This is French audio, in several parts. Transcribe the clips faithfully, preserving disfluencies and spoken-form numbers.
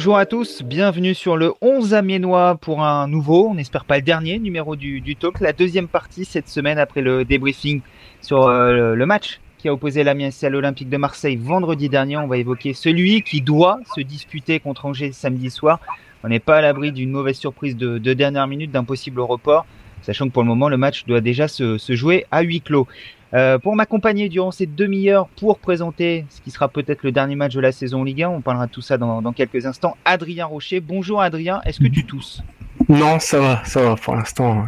Bonjour à tous, bienvenue sur le onze amiénois pour un nouveau, on n'espère pas le dernier, numéro du, du talk, la deuxième partie cette semaine après le débriefing sur euh, le match qui a opposé l'Amiens F C à l'Olympique de Marseille vendredi dernier. On va évoquer celui qui doit se disputer contre Angers samedi soir. On n'est pas à l'abri d'une mauvaise surprise de, de dernière minute, d'un possible report, sachant que pour le moment le match doit déjà se, se jouer à huis clos. Euh, pour m'accompagner durant cette demi-heure pour présenter ce qui sera peut-être le dernier match de la saison Ligue un, on parlera de tout ça dans, dans quelques instants. Adrien Rocher, bonjour Adrien, est-ce que tu tousses ? Non, ça va, ça va pour l'instant.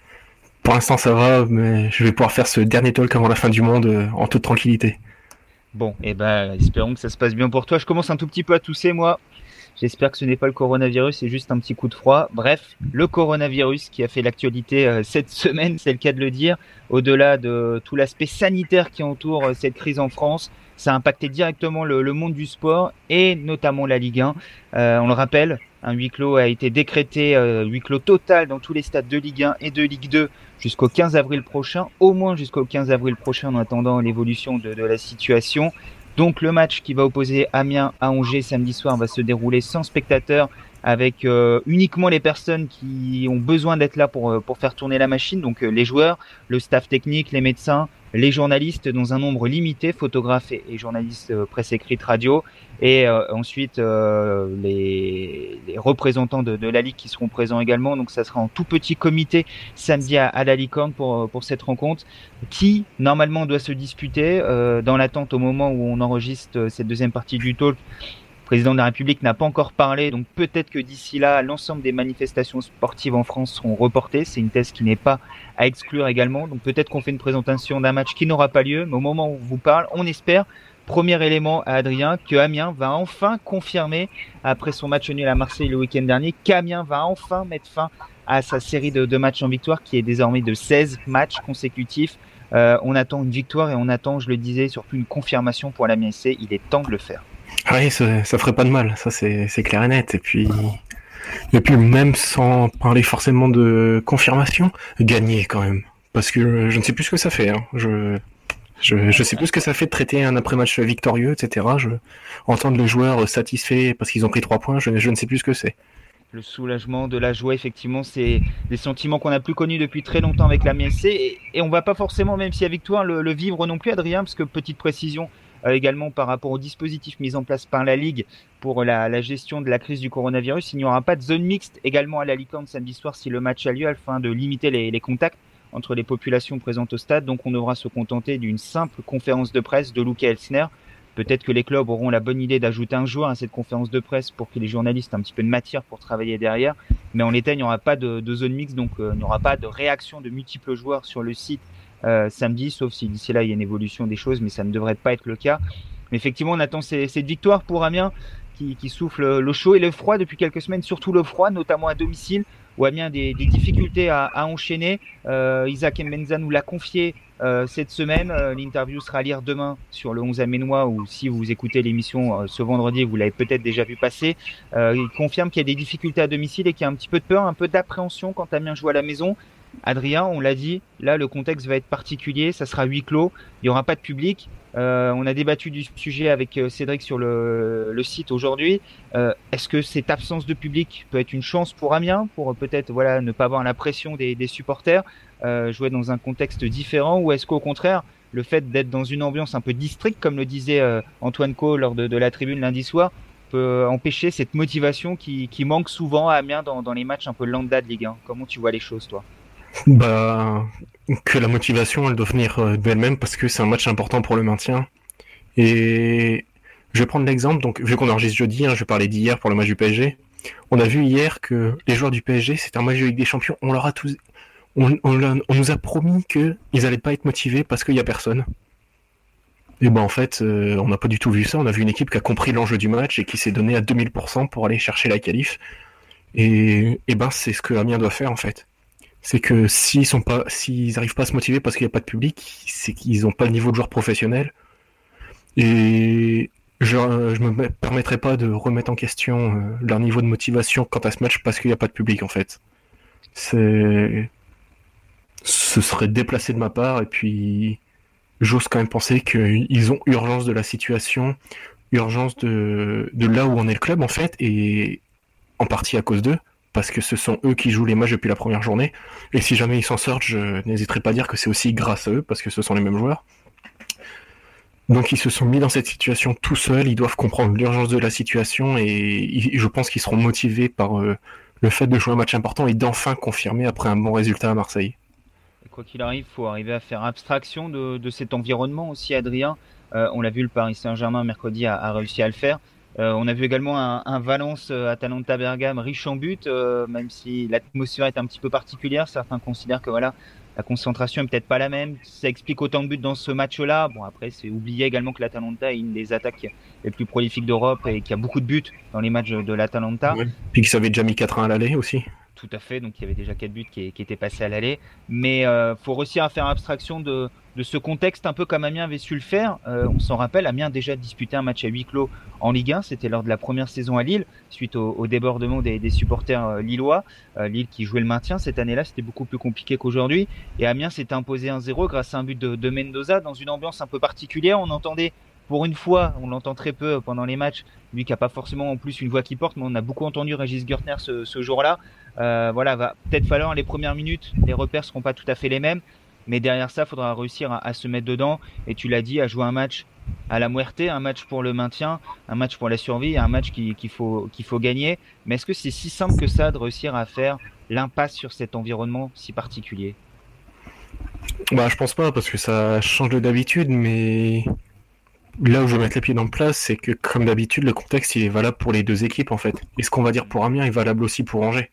Pour l'instant ça va, mais je vais pouvoir faire ce dernier talk avant la fin du monde euh, en toute tranquillité. Bon, et eh ben espérons que ça se passe bien pour toi. Je commence un tout petit peu à tousser moi. J'espère que ce n'est pas le coronavirus, c'est juste un petit coup de froid. Bref, le coronavirus qui a fait l'actualité euh, cette semaine, c'est le cas de le dire. Au-delà de tout l'aspect sanitaire qui entoure euh, cette crise en France, ça a impacté directement le, le monde du sport et notamment la Ligue un. Euh, on le rappelle, un huis clos a été décrété, euh, huis clos total dans tous les stades de Ligue un et de Ligue deux jusqu'au quinze avril prochain, au moins jusqu'au quinze avril prochain en attendant l'évolution de, de la situation. Donc le match qui va opposer Amiens à Angers samedi soir va se dérouler sans spectateurs, avec euh, uniquement les personnes qui ont besoin d'être là pour, pour faire tourner la machine, donc euh, les joueurs, le staff technique, les médecins, les journalistes dans un nombre limité, photographes et, et journalistes euh, presse écrite radio, et euh, ensuite euh, les, les représentants de, de la Ligue qui seront présents également. Donc ça sera en tout petit comité samedi à, à la Licorne pour, pour cette rencontre qui normalement doit se disputer euh, dans l'attente au moment où on enregistre cette deuxième partie du talk. Le président de la République n'a pas encore parlé, donc peut-être que d'ici là, l'ensemble des manifestations sportives en France seront reportées. C'est une thèse qui n'est pas à exclure également. Donc peut-être qu'on fait une présentation d'un match qui n'aura pas lieu, mais au moment où on vous parle, on espère, premier élément à Adrien, que Amiens va enfin confirmer, après son match nul à Marseille le week-end dernier, qu'Amiens va enfin mettre fin à sa série de, de matchs en victoire qui est désormais de seize matchs consécutifs. Euh, on attend une victoire et on attend, je le disais, surtout une confirmation pour l'Amiens F C. Il est temps de le faire. Oui, ça, ça ferait pas de mal, ça c'est, c'est clair et net. Et puis, et puis même sans parler forcément de confirmation, gagner quand même. Parce que je ne sais plus ce que ça fait. Hein. Je, je, je sais plus ce que ça fait de traiter un après-match victorieux, et cetera. Je, entendre les joueurs satisfaits parce qu'ils ont pris trois points, je, je ne sais plus ce que c'est. Le soulagement, de la joie, effectivement, c'est des sentiments qu'on n'a plus connus depuis très longtemps avec l'Amiens F C. Et, et on va pas forcément, même s'il y a victoire, le, le vivre non plus, Adrien, parce que petite précision, Euh, également par rapport au dispositif mis en place par la Ligue pour la, la gestion de la crise du coronavirus, il n'y aura pas de zone mixte également à la Licorne samedi soir si le match a lieu, afin de limiter les, les contacts entre les populations présentes au stade. Donc on devra se contenter d'une simple conférence de presse de Luca Elsner. Peut-être que les clubs auront la bonne idée d'ajouter un joueur à cette conférence de presse pour que les journalistes aient un petit peu de matière pour travailler derrière. Mais en l'état, il n'y aura pas de, de zone mixte, donc euh, il n'y aura pas de réaction de multiples joueurs sur le site Euh, samedi, sauf si d'ici là il y a une évolution des choses, mais ça ne devrait pas être le cas. Mais effectivement, on attend ces, cette victoire pour Amiens qui, qui souffle le chaud et le froid depuis quelques semaines, surtout le froid, notamment à domicile, où Amiens a des, des difficultés à, à enchaîner. Euh, Isaac Mbenza nous l'a confié euh, cette semaine. Euh, l'interview sera à lire demain sur le onze amiénois, ou si vous écoutez l'émission euh, ce vendredi, vous l'avez peut-être déjà vu passer. Euh, il confirme qu'il y a des difficultés à domicile et qu'il y a un petit peu de peur, un peu d'appréhension quand Amiens joue à la maison. Adrien, on l'a dit, là le contexte va être particulier, ça sera huis clos, il n'y aura pas de public. Euh, on a débattu du sujet avec Cédric sur le, le site aujourd'hui. Euh, est-ce que cette absence de public peut être une chance pour Amiens, pour peut-être voilà, ne pas avoir la pression des, des supporters, euh, jouer dans un contexte différent, ou est-ce qu'au contraire, le fait d'être dans une ambiance un peu districte, comme le disait euh, Antoine Caux lors de, de la tribune lundi soir, peut empêcher cette motivation qui, qui manque souvent à Amiens dans, dans les matchs un peu lambda de Ligue un? Comment tu vois les choses, toi? Bah, que la motivation, elle doit venir d'elle-même parce que c'est un match important pour le maintien. Et je vais prendre l'exemple, donc vu qu'on enregistre jeudi, hein, je vais parler d'hier pour le match du P S G. On a vu hier que les joueurs du P S G, c'était un match de Ligue des Champions, on leur a tous, on, on, on nous a promis qu'ils allaient pas être motivés parce qu'il y a personne. Et ben en fait, euh, on n'a pas du tout vu ça. On a vu une équipe qui a compris l'enjeu du match et qui s'est donnée à deux mille pour cent pour aller chercher la qualif. Et, et ben c'est ce que Amiens doit faire en fait. C'est que s'ils sont pas, s'ils arrivent pas à se motiver parce qu'il n'y a pas de public, c'est qu'ils n'ont pas le niveau de joueur professionnel. Et je, je me permettrai pas de remettre en question euh, leur niveau de motivation quant à ce match parce qu'il n'y a pas de public en fait. C'est, ce serait déplacé de ma part et puis j'ose quand même penser qu'ils ont urgence de la situation urgence de, de là où on est le club en fait, et en partie à cause d'eux, parce que ce sont eux qui jouent les matchs depuis la première journée, et si jamais ils s'en sortent, je n'hésiterai pas à dire que c'est aussi grâce à eux, parce que ce sont les mêmes joueurs. Donc ils se sont mis dans cette situation tout seuls, ils doivent comprendre l'urgence de la situation, et je pense qu'ils seront motivés par euh, le fait de jouer un match important et d'enfin confirmer après un bon résultat à Marseille. Et quoi qu'il arrive, il faut arriver à faire abstraction de, de cet environnement aussi, Adrien. Euh, on l'a vu, le Paris Saint-Germain mercredi a, a réussi à le faire. Euh, on a vu également un, un Valence Atalanta Bergame riche en buts, euh, même si l'atmosphère est un petit peu particulière. Certains considèrent que voilà, la concentration est peut-être pas la même. Ça explique autant de buts dans ce match-là. Bon, après, c'est oublier également que l'Atalanta est une des attaques les plus prolifiques d'Europe et qu'il y a beaucoup de buts dans les matchs de l'Atalanta. Ouais. Puis qu'ils avaient déjà mis quatre un à l'aller aussi. Tout à fait, donc il y avait déjà quatre buts qui, qui étaient passés à l'aller. Mais euh, faut réussir à faire abstraction de, de ce contexte, un peu comme Amiens avait su le faire. Euh, on s'en rappelle, Amiens a déjà disputé un match à huis clos en Ligue un, c'était lors de la première saison à Lille, suite au, au débordement des, des supporters euh, lillois. Euh, Lille qui jouait le maintien cette année-là, c'était beaucoup plus compliqué qu'aujourd'hui. Et Amiens s'était imposé un zéro grâce à un but de, de Mendoza dans une ambiance un peu particulière. On entendait, pour une fois, on l'entend très peu pendant les matchs, lui qui a pas forcément en plus une voix qui porte, mais on a beaucoup entendu Régis Görtner ce, ce jour-là. Euh, voilà, va peut-être falloir les premières minutes, les repères seront pas tout à fait les mêmes, mais derrière ça, il faudra réussir à, à se mettre dedans. Et tu l'as dit, à jouer un match à la muerte, un match pour le maintien, un match pour la survie, un match qu'il qu'il faut qu'il faut gagner. Mais est-ce que c'est si simple que ça de réussir à faire l'impasse sur cet environnement si particulier? Bah, je pense pas, parce que ça change de d'habitude, mais là où je vais mettre les pieds dans le plat, c'est que comme d'habitude, le contexte il est valable pour les deux équipes en fait. Et ce qu'on va dire pour Amiens est valable aussi pour Angers.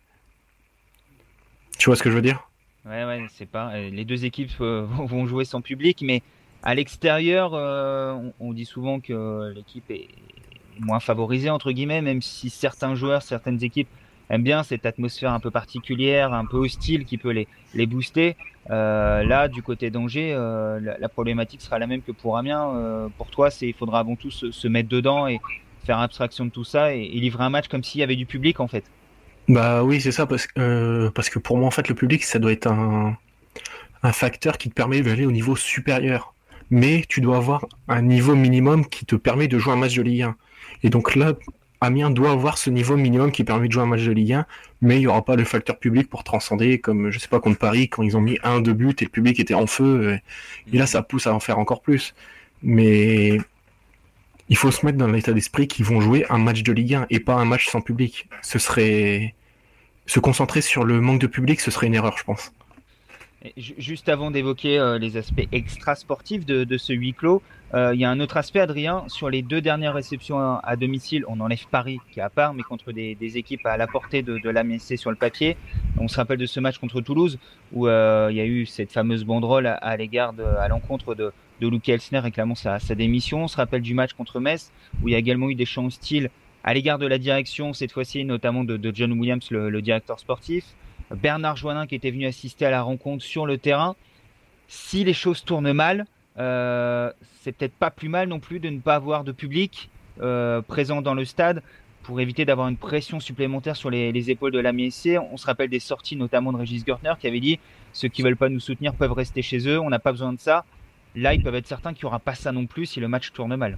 Tu vois ce que je veux dire? Ouais, ouais, c'est pas. euh, Les deux équipes euh, vont vont jouer sans public, mais à l'extérieur, euh, on, on dit souvent que l'équipe est moins favorisée entre guillemets, même si certains joueurs, certaines équipes aiment bien cette atmosphère un peu particulière, un peu hostile qui peut les les booster. Euh, là, du côté d'Angers, euh, la, la problématique sera la même que pour Amiens. Euh, pour toi, c'est il faudra avant tout se, se mettre dedans et faire abstraction de tout ça et, et livrer un match comme s'il y avait du public en fait. Bah oui, c'est ça, parce que, euh, parce que pour moi, en fait, le public, ça doit être un, un facteur qui te permet d'aller au niveau supérieur. Mais tu dois avoir un niveau minimum qui te permet de jouer un match de Ligue un. Et donc là, Amiens doit avoir ce niveau minimum qui permet de jouer un match de Ligue un, mais il n'y aura pas le facteur public pour transcender, comme, je sais pas, contre Paris, quand ils ont mis un, deux buts et le public était en feu. Et, et là, ça pousse à en faire encore plus. Mais il faut se mettre dans l'état d'esprit qu'ils vont jouer un match de Ligue un et pas un match sans public. Ce serait... Se concentrer sur le manque de public, ce serait une erreur, je pense. Et ju- Juste avant d'évoquer euh, les aspects extra-sportifs de, de ce huis clos, euh, il y a un autre aspect, Adrien. Sur les deux dernières réceptions à, à domicile, on enlève Paris, qui est à part, mais contre des, des équipes à la portée de, de l'A M S C sur le papier. On se rappelle de ce match contre Toulouse, où euh, il y a eu cette fameuse banderole à, à l'égard de, à l'encontre de, de Luke Elsner réclamant sa, sa démission. On se rappelle du match contre Metz, où il y a également eu des chants hostiles à l'égard de la direction, cette fois-ci notamment de, de John Williams, le, le directeur sportif. Bernard Joannin qui était venu assister à la rencontre sur le terrain. Si les choses tournent mal, euh, c'est peut-être pas plus mal non plus de ne pas avoir de public euh, présent dans le stade pour éviter d'avoir une pression supplémentaire sur les, les épaules de l'A M S C. On se rappelle des sorties notamment de Régis Görtner qui avait dit ceux qui veulent pas nous soutenir peuvent rester chez eux, on n'a pas besoin de ça. Là, ils peuvent être certains qu'il n'y aura pas ça non plus si le match tourne mal.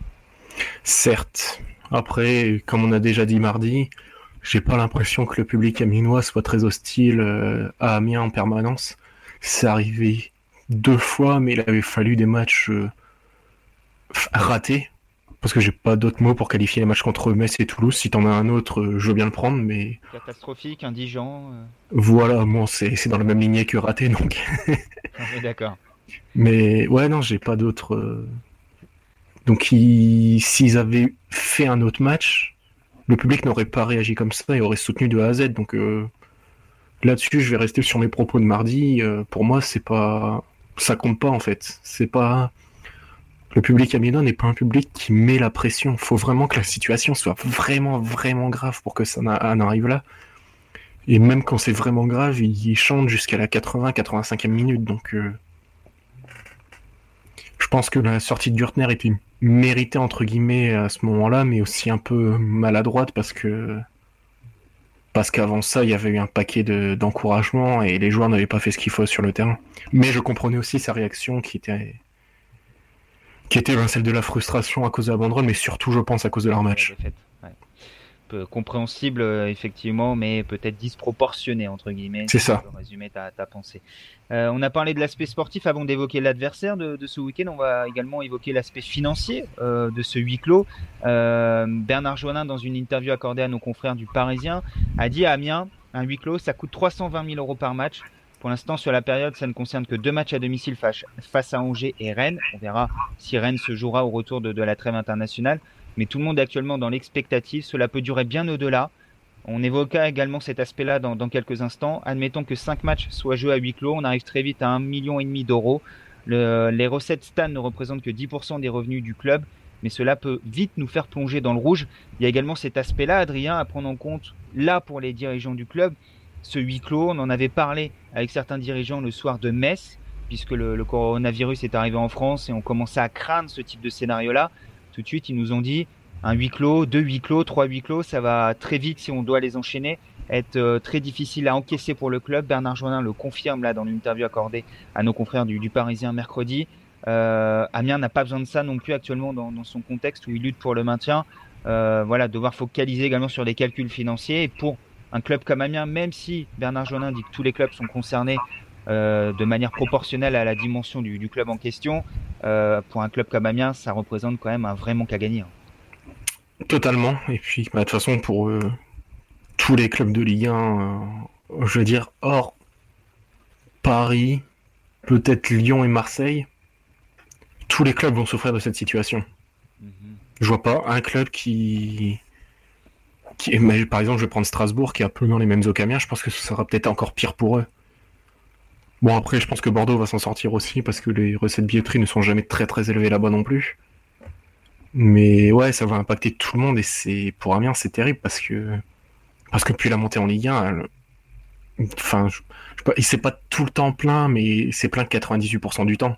Certes. Après, comme on a déjà dit mardi, j'ai pas l'impression que le public amiénois soit très hostile euh, à Amiens en permanence. C'est arrivé deux fois, mais il avait fallu des matchs euh, ratés. Parce que j'ai pas d'autres mots pour qualifier les matchs contre Metz et Toulouse. Si t'en as un autre, euh, je veux bien le prendre, mais... Catastrophique, indigent. Euh... Voilà, bon, c'est, c'est dans la même lignée que raté, donc... On est d'accord. Mais ouais, non, j'ai pas d'autres... Euh... Donc, ils... s'ils avaient fait un autre match, le public n'aurait pas réagi comme ça et aurait soutenu de A à Z. Donc euh, là-dessus, je vais rester sur mes propos de mardi. Euh, pour moi, c'est pas, ça compte pas en fait. C'est pas le public amiénois n'est pas un public qui met la pression. Il faut vraiment que la situation soit vraiment vraiment grave pour que ça en arrive là. Et même quand c'est vraiment grave, ils chantent jusqu'à la quatre-vingts quatre-vingt-cinquième minute. Donc euh, je pense que la sortie de Gürtner était méritée entre guillemets à ce moment-là, mais aussi un peu maladroite parce que parce qu'avant ça, il y avait eu un paquet de, d'encouragements et les joueurs n'avaient pas fait ce qu'il faut sur le terrain. Mais je comprenais aussi sa réaction qui était qui était ben, celle de la frustration à cause de la banderole, mais surtout, je pense, à cause de leur match. La défaite, ouais. Peu compréhensible, euh, effectivement, mais peut-être disproportionné, entre guillemets. C'est si ça. on peut résumer ta, ta pensée. Euh, on a parlé de l'aspect sportif avant d'évoquer l'adversaire de, de ce week-end. On va également évoquer l'aspect financier euh, de ce huis clos. Euh, Bernard Joinin, dans une interview accordée à nos confrères du Parisien, a dit à Amiens, un huis clos, ça coûte trois cent vingt mille euros par match. Pour l'instant, sur la période, ça ne concerne que deux matchs à domicile face à Angers et Rennes. On verra si Rennes se jouera au retour de, de la trêve internationale. Mais tout le monde est actuellement dans l'expectative. Cela peut durer bien au-delà. On évoqua également cet aspect-là dans, dans quelques instants. Admettons que cinq matchs soient joués à huis clos. On arrive très vite à un million et demi d'euros. Le, les recettes Stan ne représentent que dix pour cent des revenus du club. Mais cela peut vite nous faire plonger dans le rouge. Il y a également cet aspect-là, Adrien, à prendre en compte là pour les dirigeants du club. Ce huis clos, on en avait parlé avec certains dirigeants le soir de Metz, puisque le, le coronavirus est arrivé en France et on commençait à craindre ce type de scénario-là. Tout de suite, ils nous ont dit un huis clos, deux huis clos, trois huis clos, ça va très vite si on doit les enchaîner, être euh, très difficile à encaisser pour le club. Bernard Joinin le confirme là dans l'interview accordée à nos confrères du, du Parisien mercredi. Euh, Amiens n'a pas besoin de ça non plus actuellement dans, dans son contexte où il lutte pour le maintien. Euh, voilà, devoir focaliser également sur des calculs financiers. Et pour un club comme Amiens, même si Bernard Joinin dit que tous les clubs sont concernés euh, de manière proportionnelle à la dimension du, du club en question, euh, pour un club comme Amiens, ça représente quand même un vrai manque à gagner. Totalement. Et puis, bah, de toute façon, pour euh, tous les clubs de Ligue un, euh, je veux dire, hors Paris, peut-être Lyon et Marseille, tous les clubs vont souffrir de cette situation. Mm-hmm. Je vois pas un club qui... qui... Mais, par exemple, je vais prendre Strasbourg, qui est un peu dans les mêmes eaux qu'Amiens, je pense que ce sera peut-être encore pire pour eux. Bon, après, je pense que Bordeaux va s'en sortir aussi, parce que les recettes billetteries ne sont jamais très très élevées là-bas non plus. Mais ouais, ça va impacter tout le monde et c'est pour Amiens c'est terrible parce que parce que depuis la montée en Ligue un, elle... enfin, je... Je... c'est pas tout le temps plein, mais c'est plein de quatre-vingt-dix-huit pour cent du temps.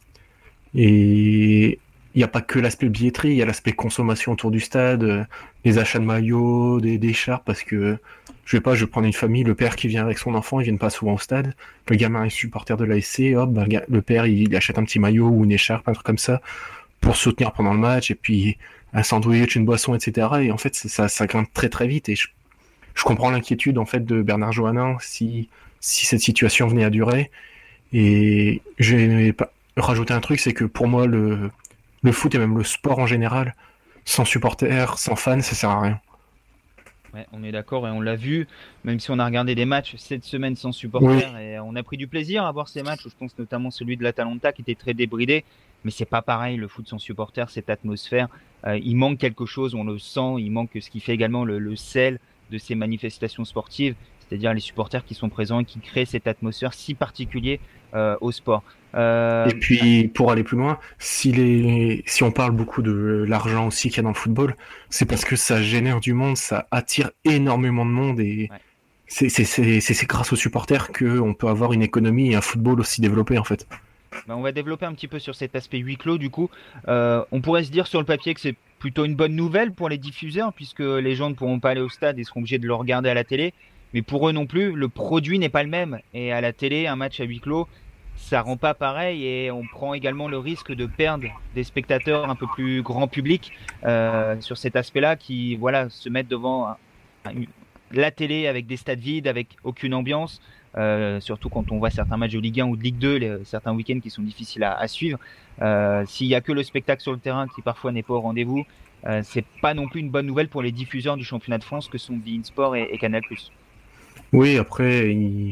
Et il y a pas que l'aspect billetterie, il y a l'aspect consommation autour du stade, les achats de maillots, des, des écharpes, parce que je vais pas, je vais prendre une famille, le père qui vient avec son enfant, ils viennent pas souvent au stade, le gamin est supporter de l'A S C, hop, bah, le père il achète un petit maillot ou une écharpe, un truc comme ça, pour soutenir pendant le match, et puis un sandwich, une boisson, et cetera. Et en fait, ça, ça grimpe très très vite. Et je, je comprends l'inquiétude en fait de Bernard Joinin si, si cette situation venait à durer. Et je vais rajouter un truc, c'est que pour moi, le, le foot et même le sport en général, sans supporters, sans fans, ça sert à rien. Ouais, on est d'accord et on l'a vu, même si on a regardé des matchs cette semaine sans supporters, oui. Et on a pris du plaisir à voir ces matchs, je pense notamment celui de l'Atalanta qui était très débridé. Mais c'est pas pareil, le foot sans supporters, cette atmosphère. Euh, il manque quelque chose, on le sent. Il manque ce qui fait également le, le sel de ces manifestations sportives, c'est-à-dire les supporters qui sont présents et qui créent cette atmosphère si particulière euh, au sport. Euh... Et puis, pour aller plus loin, si, les... si on parle beaucoup de l'argent aussi qu'il y a dans le football, c'est parce que ça génère du monde, ça attire énormément de monde et ouais. c'est, c'est, c'est, c'est, c'est grâce aux supporters qu'on peut avoir une économie et un football aussi développé en fait. Ben on va développer un petit peu sur cet aspect huis clos du coup. Euh, on pourrait se dire sur le papier que c'est plutôt une bonne nouvelle pour les diffuseurs puisque les gens ne pourront pas aller au stade et seront obligés de le regarder à la télé. Mais pour eux non plus, le produit n'est pas le même. Et à la télé, un match à huis clos, ça rend pas pareil et on prend également le risque de perdre des spectateurs un peu plus grand public euh, sur cet aspect-là qui voilà se mettent devant un, un, la télé avec des stades vides, avec aucune ambiance. Euh, surtout quand on voit certains matchs de Ligue un ou de Ligue deux, les, certains week-ends qui sont difficiles à, à suivre. Euh, s'il y a que le spectacle sur le terrain qui parfois n'est pas au rendez-vous, euh, c'est pas non plus une bonne nouvelle pour les diffuseurs du championnat de France que sont beIN Sport et, et Canal+. Oui, après, il...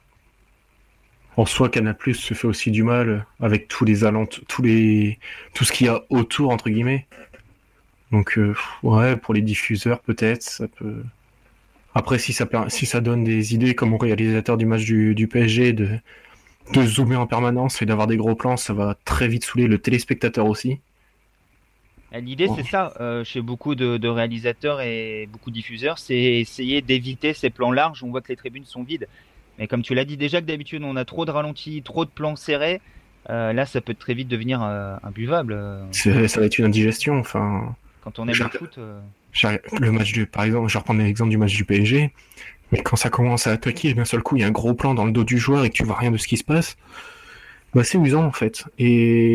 en soi, Canal+ se fait aussi du mal avec tous les alentours, tous les, tout ce qu'il y a autour entre guillemets. Donc euh, ouais, pour les diffuseurs peut-être, ça peut. Après, si ça, si ça donne des idées comme au réalisateur du match du, du P S G de, de zoomer en permanence et d'avoir des gros plans, ça va très vite saouler le téléspectateur aussi. L'idée, oh. c'est ça, euh, chez beaucoup de, de réalisateurs et beaucoup de diffuseurs, c'est essayer d'éviter ces plans larges. On voit que les tribunes sont vides. Mais comme tu l'as dit déjà que d'habitude, on a trop de ralentis, trop de plans serrés. Euh, là, ça peut très vite devenir euh, imbuvable. C'est, ça va être une indigestion. Enfin, quand on aime le foot... Euh... Le match du, par exemple, je vais reprendre l'exemple du match du P S G, mais quand ça commence à attaquer, d'un seul coup, il y a un gros plan dans le dos du joueur et que tu vois rien de ce qui se passe, bah c'est usant en fait. Et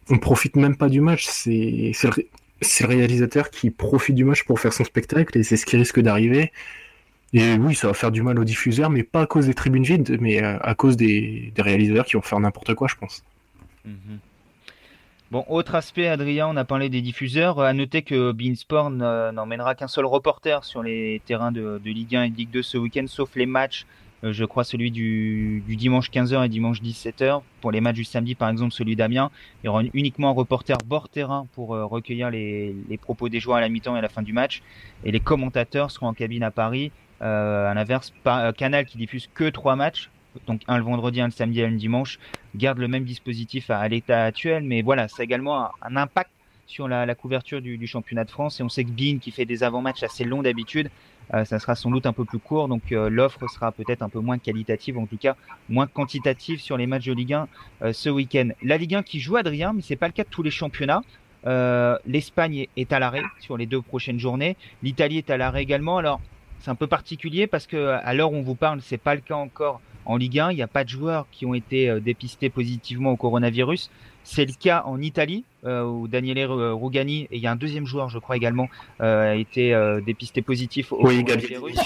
on profite même pas du match. C'est, c'est, le, c'est le réalisateur qui profite du match pour faire son spectacle et c'est ce qui risque d'arriver. Et oui, ça va faire du mal aux diffuseurs, mais pas à cause des tribunes vides, mais à cause des, des réalisateurs qui vont faire n'importe quoi, je pense. Mm-hmm. Bon, autre aspect, Adrien, on a parlé des diffuseurs. À noter que beIN Sport n'emmènera qu'un seul reporter sur les terrains de, de Ligue un et de Ligue deux ce week-end, sauf les matchs. Euh, je crois celui du, du dimanche quinze heures et dimanche dix-sept heures. Pour les matchs du samedi, par exemple, celui d'Amiens, il y aura uniquement un reporter bord terrain pour euh, recueillir les, les propos des joueurs à la mi-temps et à la fin du match. Et les commentateurs seront en cabine à Paris. Euh, à l'inverse, pa- Canal qui diffuse que trois matchs, donc un le vendredi, un le samedi et un le dimanche, garde le même dispositif à, à l'état actuel, mais voilà, ça a également un, un impact sur la, la couverture du, du championnat de France. Et on sait que beIN, qui fait des avant-matchs assez longs d'habitude, euh, ça sera sans doute un peu plus court, donc euh, l'offre sera peut-être un peu moins qualitative, en tout cas moins quantitative sur les matchs de Ligue un euh, ce week-end. La Ligue un qui joue, Adrien, mais c'est pas le cas de tous les championnats. Euh, L'Espagne est, est à l'arrêt sur les deux prochaines journées. L'Italie est à l'arrêt également. Alors c'est un peu particulier parce que à l'heure où on vous parle, c'est pas le cas encore en Ligue un. Il n'y a pas de joueurs qui ont été euh, dépistés positivement au coronavirus. C'est le cas en Italie euh, où Daniele Rugani, et il y a un deuxième joueur, je crois également, euh, a été euh, dépisté positif au Oui, coronavirus.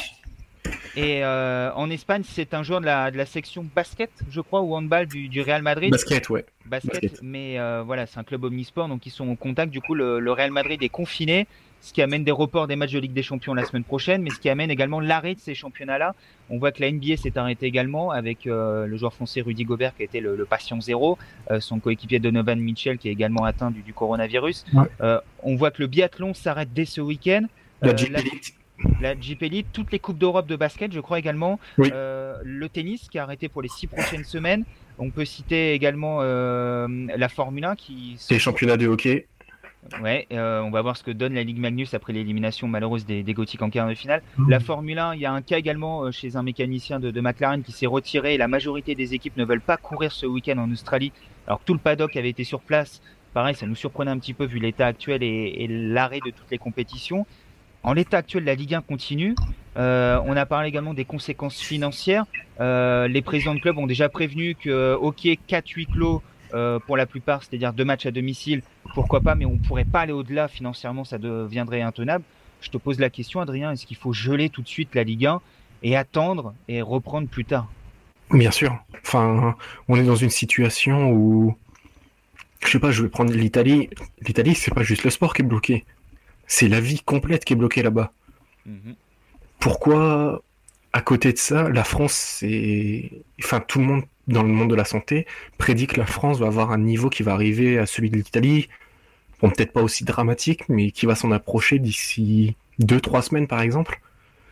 Et euh, en Espagne, c'est un joueur de la, de la section basket, je crois, ou handball du, du Real Madrid. Basket, ouais. Basket, basket. Mais euh, voilà, c'est un club omnisport, donc ils sont en contact. Du coup, le, le Real Madrid est confiné, ce qui amène des reports des matchs de Ligue des Champions la semaine prochaine, mais ce qui amène également l'arrêt de ces championnats-là. On voit que la N B A s'est arrêtée également avec euh, le joueur français Rudy Gobert qui a été le, le patient zéro, euh, son coéquipier Donovan Mitchell qui est également atteint du, du coronavirus. Ouais. Euh, on voit que le biathlon s'arrête dès ce week-end. La Jeep la... La Jeep Elite, toutes les coupes d'Europe de basket, je crois également. Oui. Euh, le tennis qui a arrêté pour les six prochaines semaines. On peut citer également euh, la Formule un qui. Les championnats de hockey. Ouais, euh, on va voir ce que donne la Ligue Magnus après l'élimination malheureuse des, des Gothiques en quart de finale. Mmh. La Formule un, il y a un cas également euh, chez un mécanicien de, de McLaren qui s'est retiré. Et la majorité des équipes ne veulent pas courir ce week-end en Australie, alors que tout le paddock avait été sur place. Pareil, ça nous surprenait un petit peu vu l'état actuel et, et l'arrêt de toutes les compétitions. En l'état actuel, la Ligue un continue. Euh, on a parlé également des conséquences financières. Euh, les présidents de club ont déjà prévenu que hockey quatre huis clos euh, pour la plupart, c'est-à-dire deux matchs à domicile, pourquoi pas, mais on ne pourrait pas aller au-delà financièrement, ça deviendrait intenable. Je te pose la question, Adrien, est-ce qu'il faut geler tout de suite la Ligue un et attendre et reprendre plus tard? Bien sûr. Enfin, on est dans une situation où, je sais pas, je vais prendre l'Italie. L'Italie, c'est pas juste le sport qui est bloqué. C'est la vie complète qui est bloquée là-bas. Mmh. Pourquoi, à côté de ça, la France, c'est... Enfin, tout le monde dans le monde de la santé prédit que la France va avoir un niveau qui va arriver à celui de l'Italie. Bon, peut-être pas aussi dramatique, mais qui va s'en approcher d'ici deux, trois semaines, par exemple.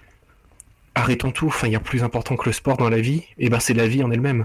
Arrêtons tout. Enfin, il y a plus important que le sport dans la vie. Et ben, c'est la vie en elle-même.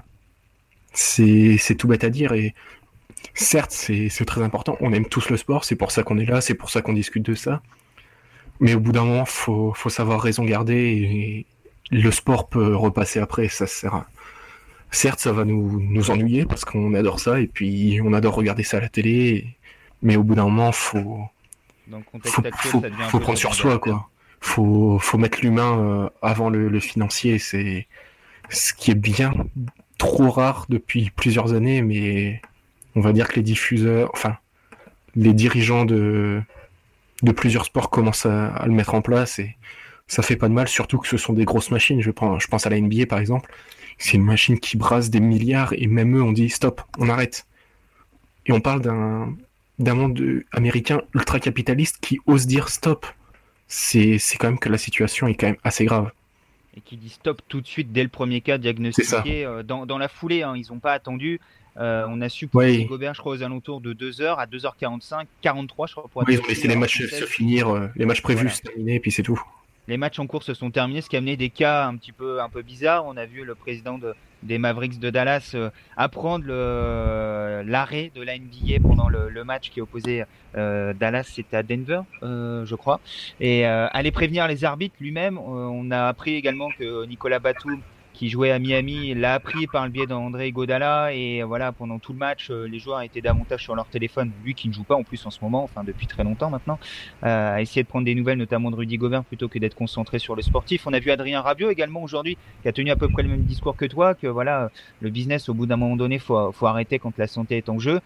C'est, c'est tout bête à dire et... Certes, c'est, c'est très important, on aime tous le sport, c'est pour ça qu'on est là, c'est pour ça qu'on discute de ça. Mais au bout d'un moment, faut, faut savoir raison garder et le sport peut repasser après, ça sert à... Certes, ça va nous, nous ennuyer parce qu'on adore ça et puis on adore regarder ça à la télé, et... mais au bout d'un moment, faut, faut, actuel, faut, faut prendre sur soi, quoi. Faut, faut mettre l'humain euh, avant le, le financier, c'est ce qui est bien trop rare depuis plusieurs années, mais... On va dire que les diffuseurs, enfin, les dirigeants de, de plusieurs sports commencent à, à le mettre en place et ça fait pas de mal, surtout que ce sont des grosses machines. Je, prends, je pense à la N B A par exemple. C'est une machine qui brasse des milliards et même eux on dit stop, on arrête. Et on parle d'un, d'un monde américain ultra capitaliste qui ose dire stop. C'est, c'est quand même que la situation est quand même assez grave. Et qui dit stop tout de suite dès le premier cas diagnostiqué euh, dans, dans la foulée. Hein, ils n'ont pas attendu. Euh, on a su pour oui. Gobert, je crois, aux alentours de deux heures à deux heures quarante-cinq, quarante-trois, je crois. Pour oui, ils ont laissé les matchs se finir, euh, les matchs prévus voilà. se terminer, et puis c'est tout. Les matchs en cours se sont terminés, ce qui a amené des cas un petit peu, un peu bizarres. On a vu le président de, des Mavericks de Dallas euh, apprendre le, l'arrêt de la N B A pendant le, le match qui opposait euh, Dallas, c'était à Denver, euh, je crois. Et euh, aller prévenir les arbitres lui-même. Euh, on a appris également que Nicolas Batum, qui jouait à Miami, l'a appris par le biais d'André Iguodala et voilà, pendant tout le match, les joueurs étaient davantage sur leur téléphone, lui qui ne joue pas en plus en ce moment, enfin depuis très longtemps maintenant, euh, à essayer de prendre des nouvelles, notamment de Rudy Gobert, plutôt que d'être concentré sur le sportif. On a vu Adrien Rabiot également aujourd'hui, qui a tenu à peu près le même discours que toi, que voilà, le business au bout d'un moment donné, faut, faut arrêter quand la santé est en jeu.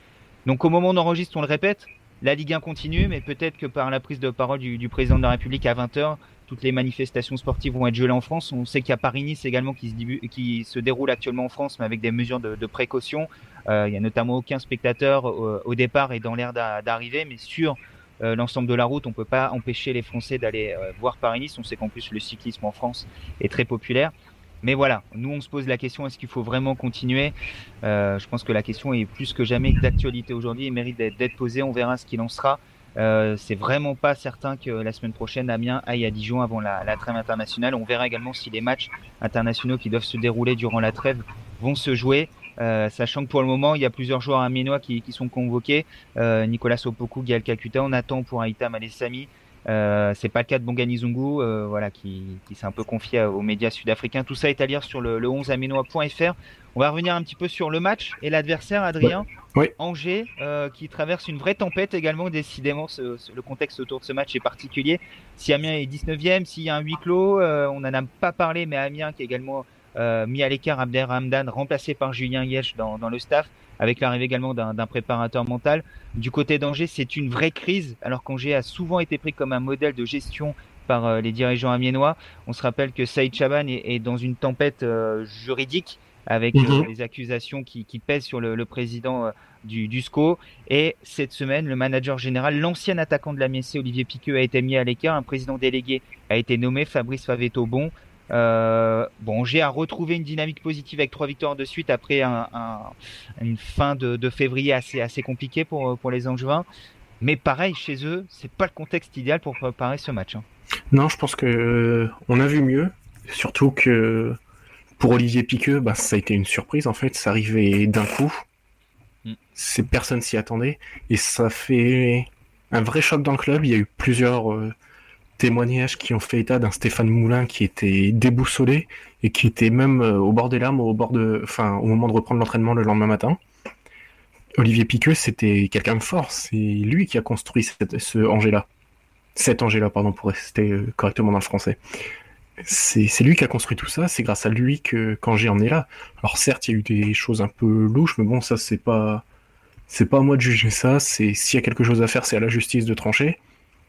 Donc au moment où on enregistre, on le répète, la Ligue un continue, mais peut-être que par la prise de parole du, du président de la République à vingt heures, toutes les manifestations sportives vont être gelées en France. On sait qu'il y a Paris-Nice également qui se, dibu- qui se déroule actuellement en France, mais avec des mesures de, de précaution. Euh, il y a notamment aucun spectateur au, au départ et dans l'air d'a- d'arriver, mais sur euh, l'ensemble de la route, on peut pas empêcher les Français d'aller euh, voir Paris-Nice. On sait qu'en plus le cyclisme en France est très populaire. Mais voilà, nous on se pose la question, est-ce qu'il faut vraiment continuer? euh, Je pense que la question est plus que jamais d'actualité aujourd'hui et mérite d'être, d'être posée. On verra ce qu'il en sera. Euh, c'est vraiment pas certain que la semaine prochaine Amiens aille à Dijon avant la, la trêve internationale. On verra également si les matchs internationaux qui doivent se dérouler durant la trêve vont se jouer. Euh, sachant que pour le moment, il y a plusieurs joueurs amiénois qui, qui sont convoqués. Euh, Nicolas Opoku, Gaël Kakuta, on attend pour Aïta Malessami. Euh, c'est pas le cas de Bongani Zungu, euh, voilà, qui, qui s'est un peu confié aux médias sud-africains. Tout ça est à lire sur le, le onze amiénois point f r. On va revenir un petit peu sur le match et l'adversaire, Adrien. Oui. Angers, euh, qui traverse une vraie tempête également, décidément, ce, ce, le contexte autour de ce match est particulier. Si Amiens est dix-neuvième, s'il y a un huis clos, euh, on n'en a pas parlé, mais Amiens qui est également euh, mis à l'écart Abderrahmane, remplacé par Julien Hiech dans, dans le staff, avec l'arrivée également d'un, d'un préparateur mental. Du côté d'Angers, c'est une vraie crise, alors qu'Angers a souvent été pris comme un modèle de gestion par euh, les dirigeants amiénois. On se rappelle que Saïd Chaban est, est dans une tempête euh, juridique, avec euh, Mhm. les accusations qui, qui pèsent sur le, le président euh, du, du S C O. Et cette semaine, le manager général, l'ancien attaquant de la M S C, Olivier Piqueux, a été mis à l'écart. Un président délégué a été nommé, Fabrice Favetto-Bon. Euh, bon, Angers a retrouvé une dynamique positive avec trois victoires de suite après un, un, une fin de, de février assez, assez compliquée pour, pour les Angevins. Mais pareil, chez eux, c'est pas le contexte idéal pour préparer ce match. Hein. Non, je pense que euh, on a vu mieux. Surtout que pour Olivier Piqueux, bah, ça a été une surprise en fait. Ça arrivait d'un coup. Mm. C'est, personne s'y attendait. Et ça fait un vrai choc dans le club. Il y a eu plusieurs euh, témoignages qui ont fait état d'un Stéphane Moulin qui était déboussolé et qui était même euh, au bord des larmes au, bord de, enfin, au moment de reprendre l'entraînement le lendemain matin. Olivier Piqueux, c'était quelqu'un de fort. C'est lui qui a construit cette, ce Angers-là. Cet Angers-là, pardon, pour rester euh, correctement dans le français. C'est, c'est lui qui a construit tout ça, c'est grâce à lui que qu'Angers en est là. Alors certes, il y a eu des choses un peu louches, mais bon, ça c'est pas c'est pas à moi de juger ça. C'est s'il y a quelque chose à faire, c'est à la justice de trancher.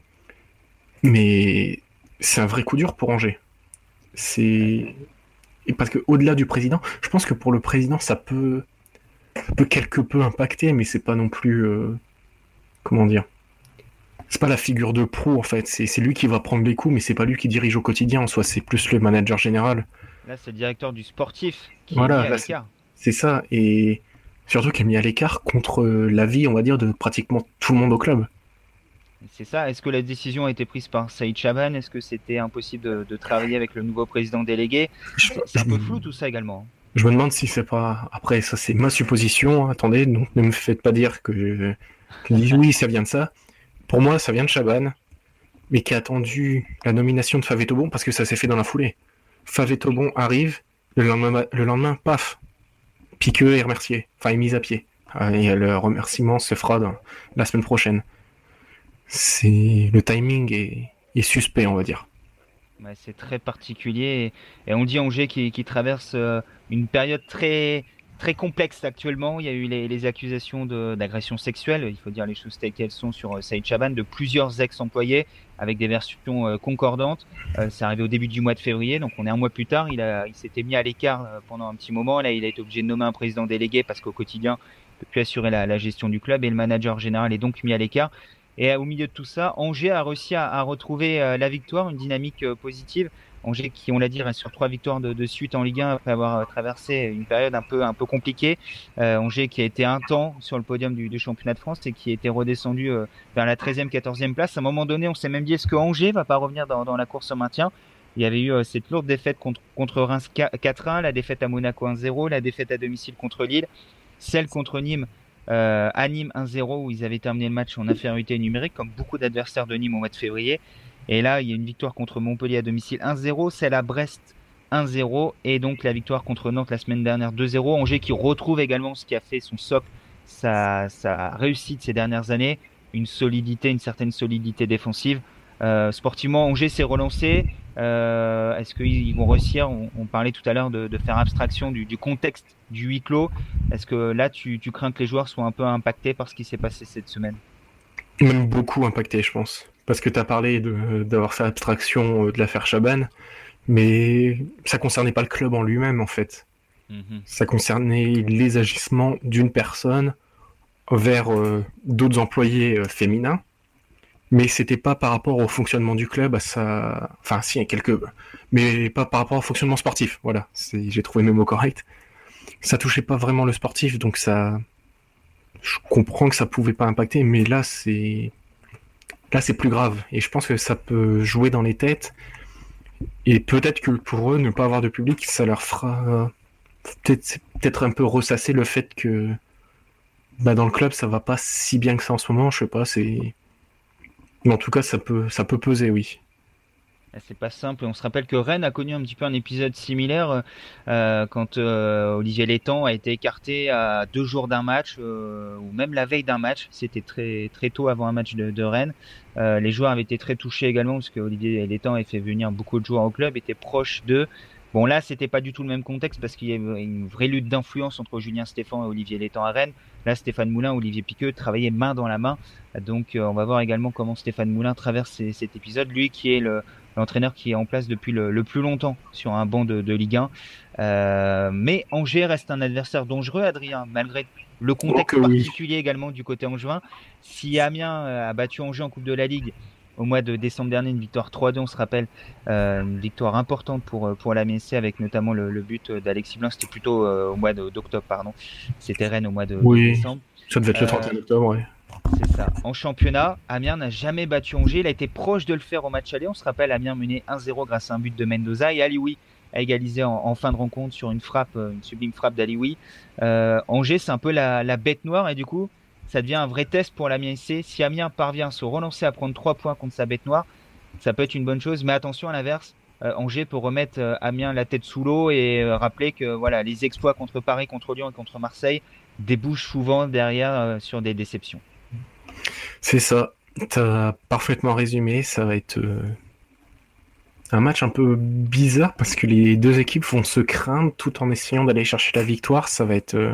Mais c'est un vrai coup dur pour Angers. C'est et parce que au-delà du président, je pense que pour le président, ça peut ça peut quelque peu impacter, mais c'est pas non plus euh... comment dire. C'est pas la figure de proue en fait, c'est, c'est lui qui va prendre les coups, mais c'est pas lui qui dirige au quotidien en soi, c'est plus le manager général. Là, c'est le directeur du sportif qui voilà, est mis à là, l'écart. C'est, c'est ça, et surtout qui est mis à l'écart contre l'avis, on va dire, de pratiquement tout le monde au club. C'est ça. Est-ce que la décision a été prise par Saïd Chaban? Est-ce que c'était impossible de, de travailler avec le nouveau président délégué? je, C'est un je, peu flou tout ça également. Je me demande si c'est pas... Après, ça c'est ma supposition, attendez, donc ne me faites pas dire que je, que je dis oui, ça vient de ça. Pour moi, ça vient de Chaban, mais qui a attendu la nomination de Favetto-Bon parce que ça s'est fait dans la foulée. Favetto-Bon arrive, le lendemain, le lendemain, paf, Piqueux est remercié, enfin est mis à pied. Et le remerciement se fera dans, la semaine prochaine. C'est le timing est, est suspect, on va dire. Ouais, c'est très particulier et, et on dit Angers qui, qui traverse euh, une période très très complexe actuellement. Il y a eu les, les accusations de, d'agression sexuelle, il faut dire les choses telles qu'elles sont sur euh, Saïd Chaban, de plusieurs ex-employés avec des versions euh, concordantes. Euh, c'est arrivé au début du mois de février, donc on est un mois plus tard. Il, a, il s'était mis à l'écart euh, pendant un petit moment. Là, il a été obligé de nommer un président délégué parce qu'au quotidien, il ne peut plus assurer la, la gestion du club et le manager général est donc mis à l'écart. Et au milieu de tout ça, Angers a réussi à, à retrouver euh, la victoire, une dynamique euh, positive. Angers qui, on l'a dit, reste sur trois victoires de, de suite en Ligue un après avoir traversé une période un peu un peu compliquée. Euh, Angers qui a été un temps sur le podium du, du championnat de France et qui a été redescendu euh, vers la treizième, quatorzième place. À un moment donné, on s'est même dit est-ce que Angers va pas revenir dans, dans la course au maintien? Il y avait eu euh, cette lourde défaite contre, contre Reims quatre un, la défaite à Monaco un zéro, la défaite à domicile contre Lille, celle contre Nîmes. Euh, à Nîmes un zéro où ils avaient terminé le match en infériorité numérique comme beaucoup d'adversaires de Nîmes au mois de février. Et là, il y a une victoire contre Montpellier à domicile un zéro, celle à Brest un zéro et donc la victoire contre Nantes la semaine dernière deux zéro. Angers qui retrouve également ce qui a fait son socle, sa, sa réussite ces dernières années, une solidité, une certaine solidité défensive. Euh, sportivement, Angers s'est relancé. Euh, est-ce qu'ils vont réussir? on, on parlait tout à l'heure de, de faire abstraction du, du contexte du huis clos. Est-ce que là, tu, tu crains que les joueurs soient un peu impactés par ce qui s'est passé cette semaine? Même beaucoup impacté, je pense. Parce que tu as parlé de, d'avoir fait abstraction de l'affaire Chaban, mais ça concernait pas le club en lui-même, en fait. Mhm. Ça concernait les agissements d'une personne vers euh, d'autres employés euh, féminins, mais c'était pas par rapport au fonctionnement du club, à sa... Enfin, si, il y a quelques... Mais pas par rapport au fonctionnement sportif, voilà. C'est... J'ai trouvé mes mots corrects. Ça touchait pas vraiment le sportif, donc ça... Je comprends que ça pouvait pas impacter, mais là, c'est... Là, c'est plus grave. Et je pense que ça peut jouer dans les têtes. Et peut-être que pour eux, ne pas avoir de public, ça leur fera... Peut-être, peut-être un peu ressasser le fait que bah, dans le club, ça va pas si bien que ça en ce moment, je sais pas, c'est... Mais en tout cas, ça peut, ça peut peser, oui. Ah, c'est pas simple. On se rappelle que Rennes a connu un petit peu un épisode similaire euh, quand euh, Olivier Létang a été écarté à deux jours d'un match euh, ou même la veille d'un match. C'était très très tôt avant un match de, de Rennes. Euh, les joueurs avaient été très touchés également parce que Olivier Létang a fait venir beaucoup de joueurs au club, était proche d'eux. Bon là, c'était pas du tout le même contexte parce qu'il y avait une vraie lutte d'influence entre Julien Stéphan et Olivier Létang à Rennes. Là, Stéphane Moulin, Olivier Piqueux travaillaient main dans la main. Donc, euh, on va voir également comment Stéphane Moulin traverse ces, cet épisode. Lui, qui est le l'entraîneur qui est en place depuis le, le plus longtemps sur un banc de, de Ligue un. Euh, mais Angers reste un adversaire dangereux, Adrien, malgré le contexte Donc, euh, oui. particulier également du côté angevin. Si Amiens a battu Angers en Coupe de la Ligue au mois de décembre dernier, une victoire trois deux, on se rappelle, euh, une victoire importante pour, pour la M S C avec notamment le, le but d'Alexis Blanc, c'était plutôt euh, au mois de, d'octobre, pardon. C'était Rennes au mois de, Oui, de décembre. Ça devait être le trente et un octobre, ouais. C'est ça. En championnat, Amiens n'a jamais battu Angers. Il a été proche de le faire au match aller. On se rappelle, Amiens menait un zéro grâce à un but de Mendoza. Et Alioui a égalisé en, en fin de rencontre sur une frappe, une sublime frappe d'Alioui. Euh, Angers, c'est un peu la, la bête noire. Et du coup, ça devient un vrai test pour l'Amiens S C. Si Amiens parvient à se relancer à prendre trois points contre sa bête noire, ça peut être une bonne chose. Mais attention, à l'inverse, euh, Angers peut remettre euh, Amiens la tête sous l'eau et euh, rappeler que voilà, les exploits contre Paris, contre Lyon et contre Marseille débouchent souvent derrière euh, sur des déceptions. C'est ça. T'as parfaitement résumé. Ça va être euh, un match un peu bizarre parce que les deux équipes vont se craindre tout en essayant d'aller chercher la victoire. Ça va être... Euh...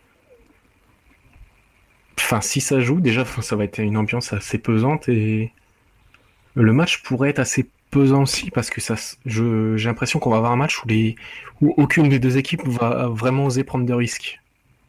Enfin, si ça joue, déjà, ça va être une ambiance assez pesante et le match pourrait être assez pesant aussi parce que ça, je, j'ai l'impression qu'on va avoir un match où, les, où aucune des deux équipes va vraiment oser prendre de risques.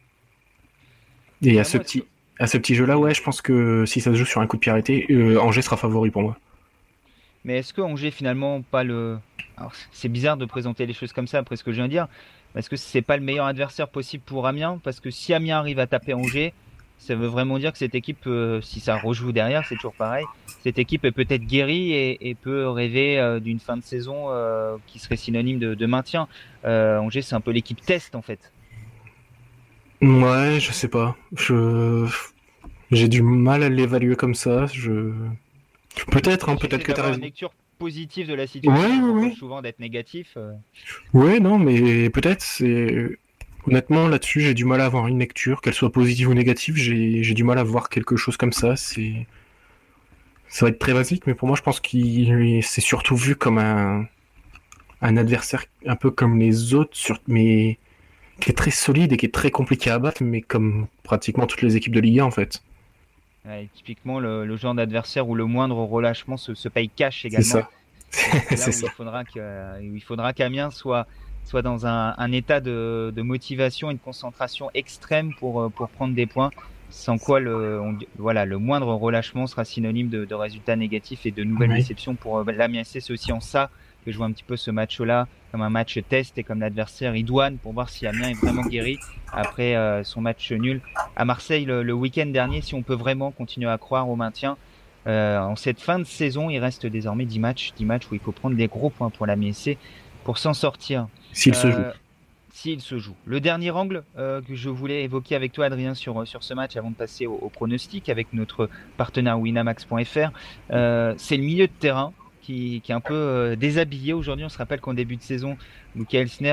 Et à ce petit... À ce petit jeu-là, ouais, je pense que si ça se joue sur un coup de pied arrêté, euh, Angers sera favori pour moi. Mais est-ce que Angers finalement pas le... Alors, c'est bizarre de présenter les choses comme ça après ce que je viens de dire, mais est-ce que c'est pas le meilleur adversaire possible pour Amiens? Parce que si Amiens arrive à taper Angers, ça veut vraiment dire que cette équipe, euh, si ça rejoue derrière, c'est toujours pareil, cette équipe est peut-être guérie et, et peut rêver euh, d'une fin de saison euh, qui serait synonyme de, de maintien. Euh, Angers, c'est un peu l'équipe test en fait. Ouais, je sais pas. Je... J'ai du mal à l'évaluer comme ça. Je... Peut-être, hein, peut-être que t'as raison. Une lecture positive de la situation, ouais, ouais, ouais. souvent d'être négatif. Euh... Ouais, non, mais peut-être, c'est... Honnêtement, là-dessus, j'ai du mal à avoir une lecture, qu'elle soit positive ou négative, j'ai, j'ai du mal à voir quelque chose comme ça. C'est... Ça va être très basique, mais pour moi, je pense qu'il c'est surtout vu comme un, un adversaire un peu comme les autres, sur... mais qui est très solide et qui est très compliqué à battre, mais comme pratiquement toutes les équipes de Ligue un, en fait. Ouais, typiquement le, le genre d'adversaire où le moindre relâchement se, se paye cash également. C'est ça. C'est là où, il faudra que, où il faudra qu'Amiens soit, soit dans un, un état de, de motivation et de concentration extrême pour, pour prendre des points, sans quoi le, on, voilà, le moindre relâchement sera synonyme de, de résultats négatifs et de nouvelles oui. déceptions pour l'Amiens S C. C'est aussi en ça que je vois un petit peu ce match-là comme un match test et comme l'adversaire idoine pour voir si Amiens est vraiment guéri après euh, son match nul à Marseille le, le week-end dernier, si on peut vraiment continuer à croire au maintien. Euh, en cette fin de saison, il reste désormais dix matchs, dix matchs où il faut prendre des gros points pour l'Amiens S C pour s'en sortir. S'il euh, se joue. S'il se joue. Le dernier angle euh, que je voulais évoquer avec toi, Adrien, sur, sur ce match avant de passer au, au pronostic avec notre partenaire Winamax point F R, euh, c'est le milieu de terrain qui, qui est un peu euh, déshabillé aujourd'hui. On se rappelle qu'en début de saison, Michael Sner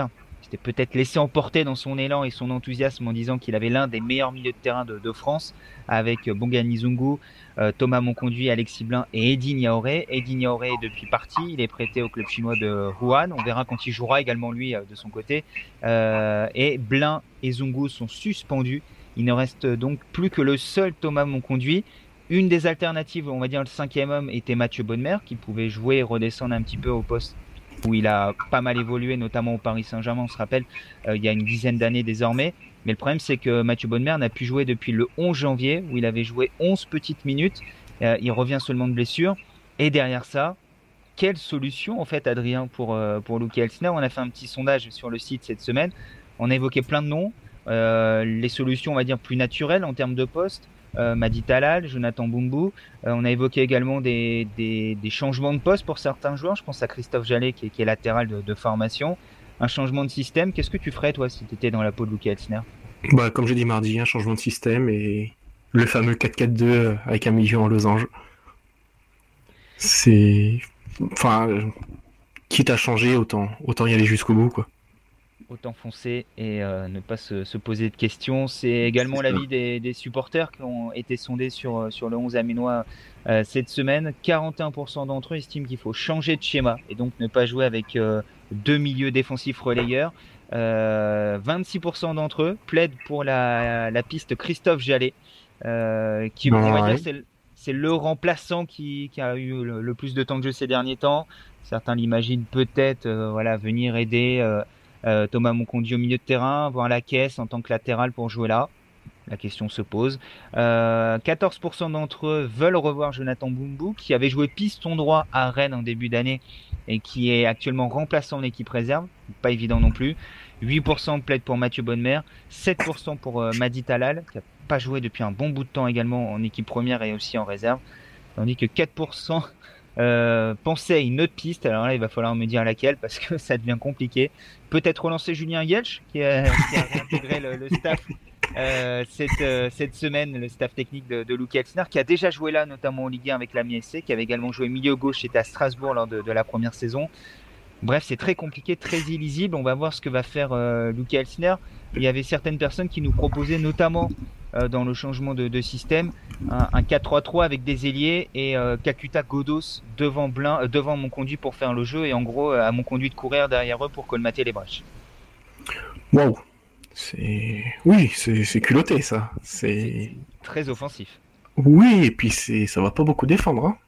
s'était peut-être laissé emporter dans son élan et son enthousiasme en disant qu'il avait l'un des meilleurs milieux de terrain de, de France, avec Bongani Zungu, euh, Thomas Monconduit, Alexis Blin et Eddy Niaoré. Eddy Niaoré est depuis parti, il est prêté au club chinois de Wuhan. On verra quand il jouera également lui euh, de son côté. Euh, et Blin et Zungu sont suspendus. Il ne reste donc plus que le seul Thomas Monconduit. Une des alternatives, on va dire le cinquième homme, était Mathieu Bonnemer, qui pouvait jouer et redescendre un petit peu au poste où il a pas mal évolué, notamment au Paris Saint-Germain, on se rappelle, euh, il y a une dizaine d'années désormais. Mais le problème, c'est que Mathieu Bonnemer n'a pu jouer depuis le onze janvier, où il avait joué onze petites minutes. Euh, il revient seulement de blessure. Et derrière ça, quelle solution, en fait, Adrien, pour, euh, pour Luke Elsner? On a fait un petit sondage sur le site cette semaine. On a évoqué plein de noms. Euh, les solutions, on va dire, plus naturelles en termes de poste. Euh, Madi Talal, Jonathan Bumbu. Euh, on a évoqué également des, des, des changements de poste pour certains joueurs. Je pense à Christophe Jallet qui est, qui est latéral de, de formation. Un changement de système. Qu'est-ce que tu ferais toi si tu étais dans la peau de Luke Elsner? Bah, comme j'ai dit mardi, un changement de système et le fameux quatre quatre deux avec un milieu en losange. C'est... Enfin, quitte à changer, autant, autant y aller jusqu'au bout, quoi. Autant foncer et euh, ne pas se, se poser de questions. C'est également l'avis des, des supporters qui ont été sondés sur, sur le onze aménois euh, cette semaine. quarante et un pour cent d'entre eux estiment qu'il faut changer de schéma et donc ne pas jouer avec euh, deux milieux défensifs relayeurs. Euh, vingt-six pour cent d'entre eux plaident pour la, la piste Christophe Jallet, euh, qui, on va dire, c'est, c'est le remplaçant qui, qui a eu le, le plus de temps de jeu ces derniers temps. Certains l'imaginent peut-être euh, voilà, venir aider euh, Euh, Thomas Monconduit au milieu de terrain, voir la caisse en tant que latéral pour jouer là. La question se pose. Euh, quatorze pour cent d'entre eux veulent revoir Jonathan Bumbu, qui avait joué piston droit à Rennes en début d'année et qui est actuellement remplaçant en équipe réserve. Pas évident non plus. huit pour cent plaident pour Mathieu Bonnemer. sept pour cent pour euh, Madi Talal, qui n'a pas joué depuis un bon bout de temps également en équipe première et aussi en réserve. Tandis que quatre pour cent Euh, penser à une autre piste. Alors là, il va falloir me dire laquelle parce que ça devient compliqué. Peut-être relancer Julien Yelch qui a, qui a réintégré le, le staff euh, cette, euh, cette semaine, le staff technique de, de Luke Elsner, qui a déjà joué là, notamment en Ligue un avec l'Ami S C, qui avait également joué milieu gauche, c'était à Strasbourg lors de, de la première saison. Bref, c'est très compliqué, très illisible. On va voir ce que va faire euh, Luke Elsner. Il y avait certaines personnes qui nous proposaient, notamment euh, dans le changement de, de système, un, un quatre trois trois avec des ailiers et euh, Kakuta Godos devant Blin, euh, devant Monconduit pour faire le jeu et en gros à Monconduit de courir derrière eux pour colmater les brèches. Waouh, c'est oui, c'est, c'est culotté ça. C'est... c'est très offensif. Oui, et puis c'est ça va pas beaucoup défendre. Hein.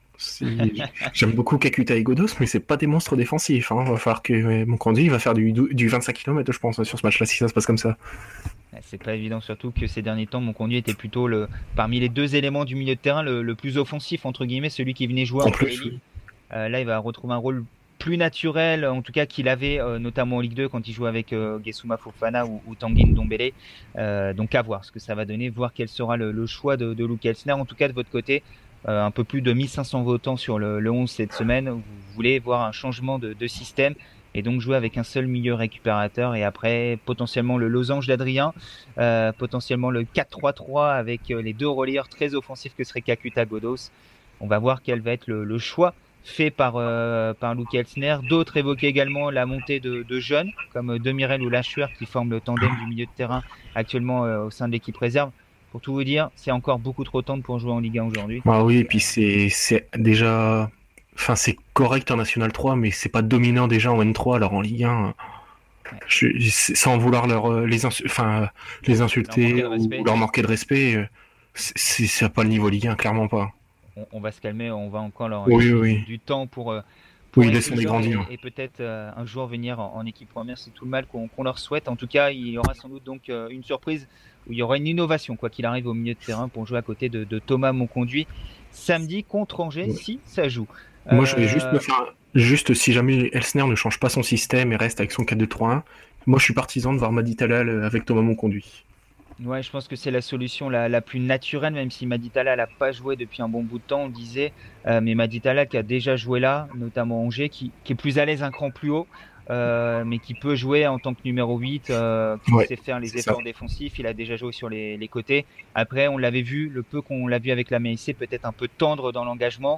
J'aime beaucoup Kakuta et Godos, mais c'est pas des monstres défensifs. Hein. Va falloir que Monconduit va faire du, du vingt-cinq kilomètres, je pense, sur ce match-là si ça se passe comme ça. C'est pas évident, surtout que ces derniers temps, Monconduit était plutôt le, parmi les deux éléments du milieu de terrain le, le plus offensif, entre guillemets, celui qui venait jouer en entre plus. les lignes. Euh, là, il va retrouver un rôle plus naturel, en tout cas qu'il avait euh, notamment en Ligue deux quand il jouait avec euh, Gesuma Fofana ou, ou Tanguy Ndombele. Euh, donc à voir ce que ça va donner, voir quel sera le, le choix de, de Luke Elsner. En tout cas, de votre côté, euh, un peu plus de mille cinq cents votants sur le, le onze cette semaine. Vous voulez voir un changement de, de système et donc jouer avec un seul milieu récupérateur et après potentiellement le losange d'Adrien, euh, potentiellement le quatre trois trois avec les deux relayeurs très offensifs que serait Kakuta Godos. On va voir quel va être le, le choix fait par, euh, par Luke Elsner. D'autres évoquaient également la montée de, de jeunes comme Demirel ou Lachuer qui forment le tandem du milieu de terrain actuellement euh, au sein de l'équipe réserve. Pour tout vous dire, c'est encore beaucoup trop tôt pour jouer en Ligue un aujourd'hui. Ah oui, et puis c'est, c'est déjà... Enfin, c'est correct en National trois, mais c'est pas dominant déjà en N trois, alors en Ligue un... Ouais. Je, sans vouloir leur, les, insu- enfin, les insulter leur ou leur manquer de respect, c'est, c'est, c'est pas le niveau Ligue un, clairement pas. On, on va se calmer, on va encore leur oui, oui. du temps pour, pour oui, laissons les grandir. Et, et peut-être euh, un jour venir en, en équipe première, c'est tout le mal qu'on, qu'on leur souhaite. En tout cas, il y aura sans doute donc euh, une surprise où il y aura une innovation, quoi qu'il arrive au milieu de terrain pour jouer à côté de, de Thomas Monconduit samedi contre Angers, oui. Si ça joue. Moi, je vais juste me faire, juste si jamais Elsner ne change pas son système et reste avec son quatre deux trois un, moi je suis partisan de voir Madi Talal avec Thomas Monconduit. Ouais, je pense que c'est la solution la, la plus naturelle, même si Madi Talal n'a pas joué depuis un bon bout de temps, on le disait. Euh, mais Madi Talal qui a déjà joué là, notamment Angers, qui, qui est plus à l'aise un cran plus haut, euh, mais qui peut jouer en tant que numéro huit, euh, qui ouais, sait faire les efforts ça. défensifs. Il a déjà joué sur les, les côtés. Après, on l'avait vu, le peu qu'on l'a vu avec la M I C, peut-être un peu tendre dans l'engagement.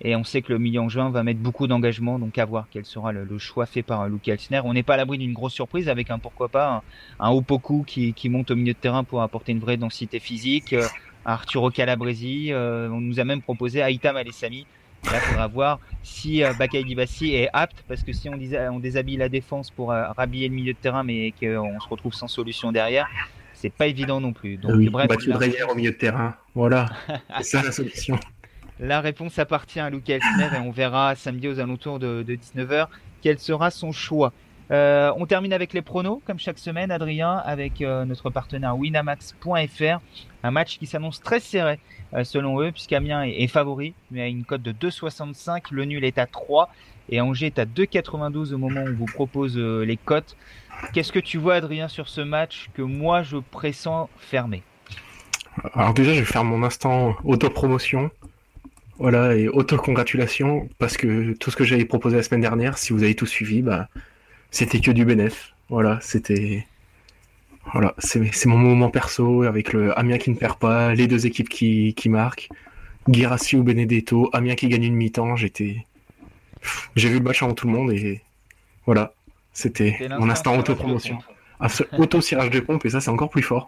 Et on sait que le milieu en juin va mettre beaucoup d'engagement, donc à voir quel sera le, le choix fait par Luke Elsner. On n'est pas à l'abri d'une grosse surprise avec un pourquoi pas un, un Opoku qui, qui monte au milieu de terrain pour apporter une vraie densité physique, euh, Arturo Calabresi, euh, on nous a même proposé Aitam Alessami. Là, il faudra voir si euh, Bakaï Dibassi est apte, parce que si on, dis, on déshabille la défense pour euh, rhabiller le milieu de terrain, mais qu'on se retrouve sans solution derrière, c'est pas évident non plus. Donc, oui, bref, battu de Dreyer au milieu de terrain, voilà, c'est ça la solution. La réponse appartient à Luke Elsner et on verra samedi aux alentours de, de dix-neuf heures quel sera son choix. Euh, on termine avec les pronos, comme chaque semaine, Adrien, avec euh, notre partenaire winamax point f r. Un match qui s'annonce très serré, euh, selon eux, puisqu'Amiens est, est favori, mais à une cote de deux virgule soixante-cinq. Le nul est à trois et Angers est à deux virgule quatre-vingt-douze au moment où on vous propose euh, les cotes. Qu'est-ce que tu vois, Adrien, sur ce match que moi je pressens fermé? Alors déjà, je vais faire mon instant autopromotion. Voilà, et auto-congratulations, parce que tout ce que j'avais proposé la semaine dernière, si vous avez tout suivi, bah, c'était que du bénéf. Voilà, c'était... Voilà, c'est, c'est mon moment perso, avec le Amiens qui ne perd pas, les deux équipes qui, qui marquent, Guirassy ou Benedetto, Amiens qui gagne une mi-temps, j'étais... J'ai vu le match avant tout le monde, et voilà, c'était C'est mon instant auto-promotion. Auto-cirage de pompe, et ça, c'est encore plus fort.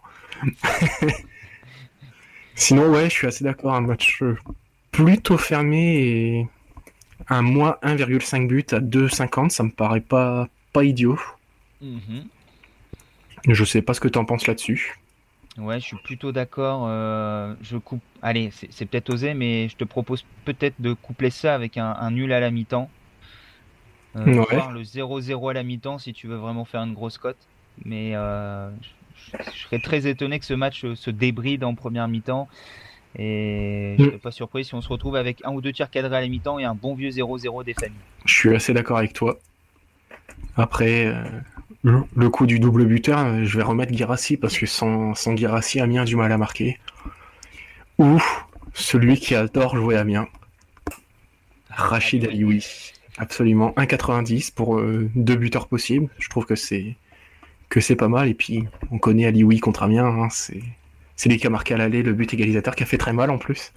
Sinon, ouais, je suis assez d'accord, un match plutôt fermé, et un moins un virgule cinq but à deux virgule cinquante, ça me paraît pas, pas idiot. Mm-hmm. Je sais pas ce que t'en penses là-dessus. Ouais, je suis plutôt d'accord. Euh, je coupe. Allez, c'est, c'est peut-être osé, mais je te propose peut-être de coupler ça avec un, un nul à la mi-temps. Euh, Ouais. Voire le zéro zéro à la mi-temps si tu veux vraiment faire une grosse cote. Mais euh, je, je serais très étonné que ce match se débride en première mi-temps. Et je serais pas surpris si on se retrouve avec un ou deux tirs cadrés à la mi-temps et un bon vieux zéro zéro des familles. Je suis assez d'accord avec toi. Après, euh, le, le coup du double buteur, euh, je vais remettre Guirassy, parce que sans, sans Guirassy, Amiens a du mal à marquer. Ou celui qui adore jouer Amiens, Rachid Alioui. Absolument, un virgule quatre-vingt-dix pour euh, deux buteurs possibles. Je trouve que c'est que c'est pas mal. Et puis, on connaît Alioui contre Amiens. Hein, c'est, c'est lui qui a marqué à l'aller le but égalisateur, qui a fait très mal en plus.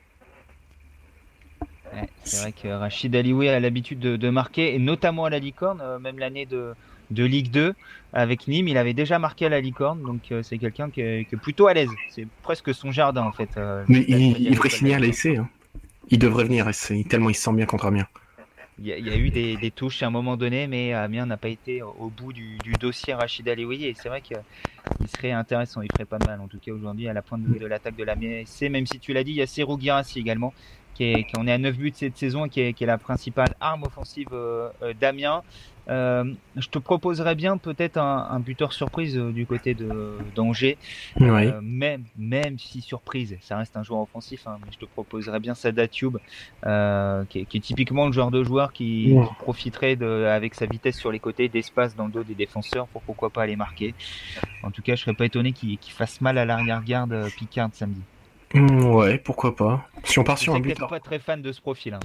Ouais, c'est vrai que Rachid Alioui a l'habitude de, de marquer, et notamment à la Licorne, euh, même l'année de, de Ligue deux avec Nîmes, il avait déjà marqué à la Licorne, donc euh, c'est quelqu'un qui est, qui est plutôt à l'aise. C'est presque son jardin en fait. Euh, Mais il, il devrait signer à l'A S C. Hein. Il devrait venir, tellement il se sent bien contre Amiens. Il y, a, il y a eu des, des touches à un moment donné, mais Amiens n'a pas été au bout du, du dossier Rachid Alioui, et c'est vrai qu'il serait intéressant, il ferait pas mal en tout cas aujourd'hui à la pointe de, de l'attaque de l'Amiens S C, même si tu l'as dit, il y a Serhou Guirassy également, qui est, qui en est à neuf buts cette saison et qui est, qui est la principale arme offensive euh, d'Amiens. Euh, je te proposerais bien peut-être un, un buteur surprise euh, du côté de d'Angers, oui. euh, même même si surprise, ça reste un joueur offensif, hein, mais je te proposerais bien Sada Thioub, euh, qui, est, qui est typiquement le genre de joueur qui, ouais. qui profiterait de, avec sa vitesse sur les côtés d'espace dans le dos des défenseurs pour pourquoi pas aller marquer. En tout cas, je serais pas étonné qu'il, qu'il fasse mal à l'arrière-garde Picard samedi. Ouais, pourquoi pas. Si on part je sur sais un que buteur. T'es pas très fan de ce profil. Hein.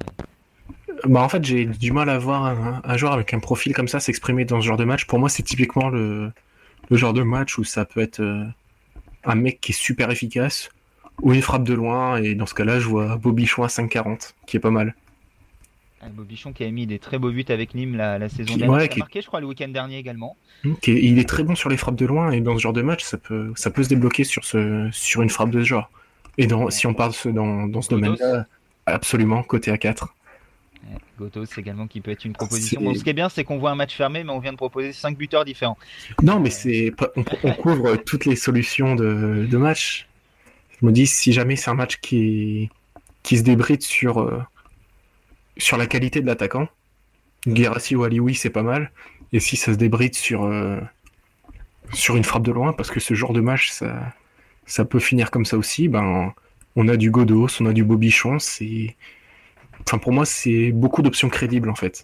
Bah en fait, j'ai du mal à voir un, un joueur avec un profil comme ça s'exprimer dans ce genre de match. Pour moi, c'est typiquement le, le genre de match où ça peut être euh, un mec qui est super efficace ou une frappe de loin. Et dans ce cas-là, je vois Bobichon à cinq virgule quarante, qui est pas mal. Bobichon qui a mis des très beaux buts avec Nîmes la, la saison qui, dernière. Ouais, il a qui... marqué, je crois, le week-end dernier également. Qui est, il est très bon sur les frappes de loin, et dans ce genre de match, ça peut, ça peut se débloquer sur, ce, sur une frappe de ce genre. Et dans, ouais. si on parle dans, dans ce Godos. domaine-là, absolument, côté A quatre. Ouais, Gotos également qui peut être une proposition. Bon, ce qui est bien, c'est qu'on voit un match fermé, mais on vient de proposer cinq buteurs différents. Non, mais c'est on, on couvre toutes les solutions de, de match. Je me dis, si jamais c'est un match qui, qui se débride sur, euh, sur la qualité de l'attaquant, Guirassy ou Alioui, c'est pas mal. Et si ça se débride sur, euh, sur une frappe de loin, parce que ce genre de match, ça, ça peut finir comme ça aussi, ben, on a du Godos, on a du Bobichon, c'est... Enfin, pour moi, c'est beaucoup d'options crédibles, en fait.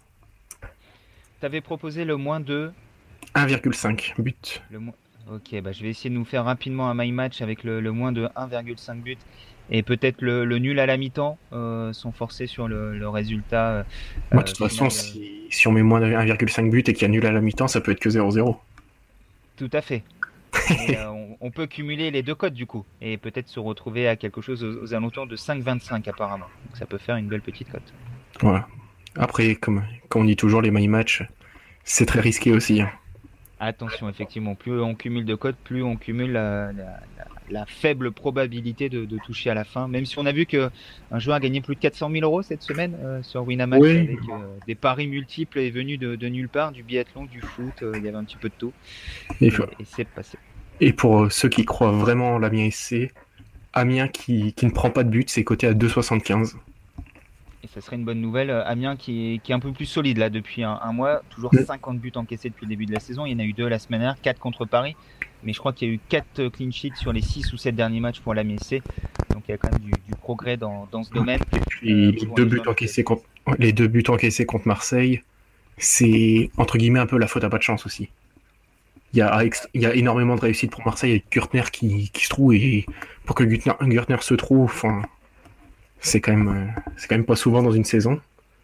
Tu avais proposé le moins de... un virgule cinq but. Le mo... Ok, bah, je vais essayer de nous faire rapidement un my match avec le, le moins de un virgule cinq but. Et peut-être le, le nul à la mi-temps, euh, sont forcés sur le, le résultat. Euh, Moi, de toute façon, final, si, euh... si on met moins de un virgule cinq but et qu'il y a nul à la mi-temps, ça peut être que zéro zéro. Tout à fait. Et, euh, on, on peut cumuler les deux cotes du coup et peut-être se retrouver à quelque chose aux, aux alentours de cinq virgule vingt-cinq apparemment. Donc ça peut faire une belle petite cote. Voilà. Après, comme, comme on dit toujours, les my match, c'est très risqué aussi. Hein. Attention, effectivement, plus on cumule de cotes, plus on cumule la, la, la, la faible probabilité de, de toucher à la fin. Même si on a vu que un joueur a gagné plus de quatre cent mille euros cette semaine euh, sur Winamax oui. avec euh, des paris multiples et venus de, de nulle part, du biathlon, du foot, euh, il y avait un petit peu de tout. Et, et, et c'est passé. Et pour ceux qui croient vraiment en l'Amiens S C, Amiens qui, qui ne prend pas de but, c'est coté à deux virgule soixante-quinze. Et ça serait une bonne nouvelle. Amiens qui est, qui est un peu plus solide là depuis un, un mois, toujours cinquante buts encaissés depuis le début de la saison. Il y en a eu deux la semaine dernière, quatre contre Paris. Mais je crois qu'il y a eu quatre clean sheets sur les six ou sept derniers matchs pour l'Amiens S C. Donc il y a quand même du, du progrès dans, dans ce domaine. Et puis euh, les, deux buts encaissés contre, les deux buts encaissés contre Marseille, c'est entre guillemets un peu la faute à pas de chance aussi. Il y a, il y a énormément de réussite pour Marseille avec Gürtner qui, qui se trouve et pour que Gürtner, Gürtner se trouve, enfin, c'est quand même, c'est quand même pas souvent dans une saison.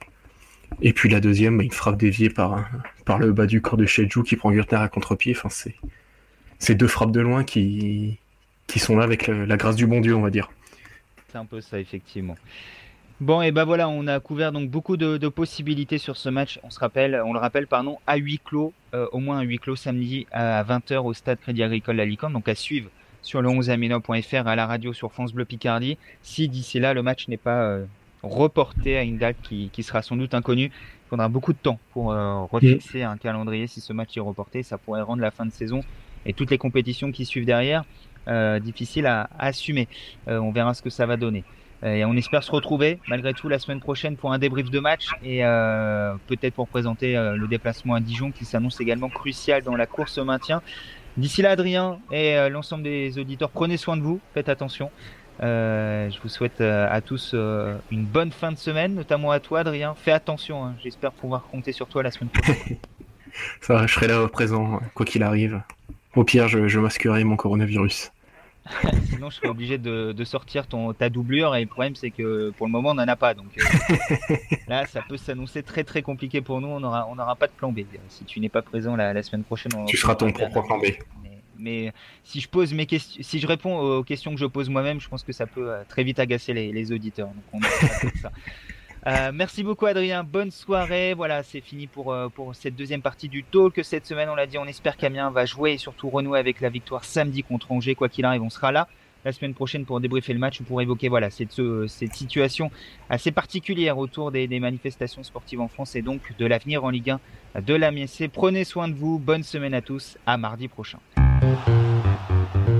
Et puis la deuxième, bah, une frappe déviée par, par le bas du corps de Chedjou qui prend Gürtner à contre-pied. Enfin, c'est, c'est deux frappes de loin qui, qui sont là avec le, la grâce du bon Dieu, on va dire. C'est un peu ça, effectivement. Bon, et ben voilà, on a couvert donc beaucoup de, de possibilités sur ce match. On se rappelle, on le rappelle, pardon, à huis clos, euh, au moins à huis clos samedi à vingt heures au stade Crédit Agricole Lalicante. Donc à suivre sur le onze amiénois point f r, à la radio sur France Bleu Picardie. Si d'ici là le match n'est pas euh, reporté à une date qui, qui sera sans doute inconnue, il faudra beaucoup de temps pour euh, refixer un calendrier. Si ce match est reporté, ça pourrait rendre la fin de saison et toutes les compétitions qui suivent derrière euh, difficiles à, à assumer. Euh, on verra ce que ça va donner. Et on espère se retrouver malgré tout la semaine prochaine pour un débrief de match et euh, peut-être pour présenter euh, le déplacement à Dijon qui s'annonce également crucial dans la course au maintien. D'ici là, Adrien et euh, l'ensemble des auditeurs, prenez soin de vous, faites attention. Euh, je vous souhaite euh, à tous euh, une bonne fin de semaine, notamment à toi, Adrien. Fais attention, hein. J'espère pouvoir compter sur toi la semaine prochaine. Ça va, je serai là présent, quoi qu'il arrive. Au pire, je, je masquerai mon coronavirus. Sinon, je serais obligé de, de sortir ton, ta doublure et le problème, c'est que pour le moment, on n'en a pas. Donc euh, là, ça peut s'annoncer très très compliqué pour nous. On n'aura on aura pas de plan B. Si tu n'es pas présent la, la semaine prochaine, on tu seras ton propre plan B. Mais, mais si je pose mes questions, si je réponds aux questions que je pose moi-même, je pense que ça peut euh, très vite agacer les, les auditeurs. Donc on a ça. Euh, merci beaucoup Adrien, bonne soirée. Voilà, c'est fini pour, euh, pour cette deuxième partie du talk. Cette semaine, on l'a dit, on espère qu'Amiens va jouer et surtout renouer avec la victoire samedi contre Angers. Quoi qu'il arrive, on sera là la semaine prochaine pour débriefer le match ou pour évoquer voilà, cette, cette situation assez particulière autour des, des manifestations sportives en France et donc de l'avenir en Ligue un de l'Amiens S C. Prenez soin de vous, bonne semaine à tous, à mardi prochain.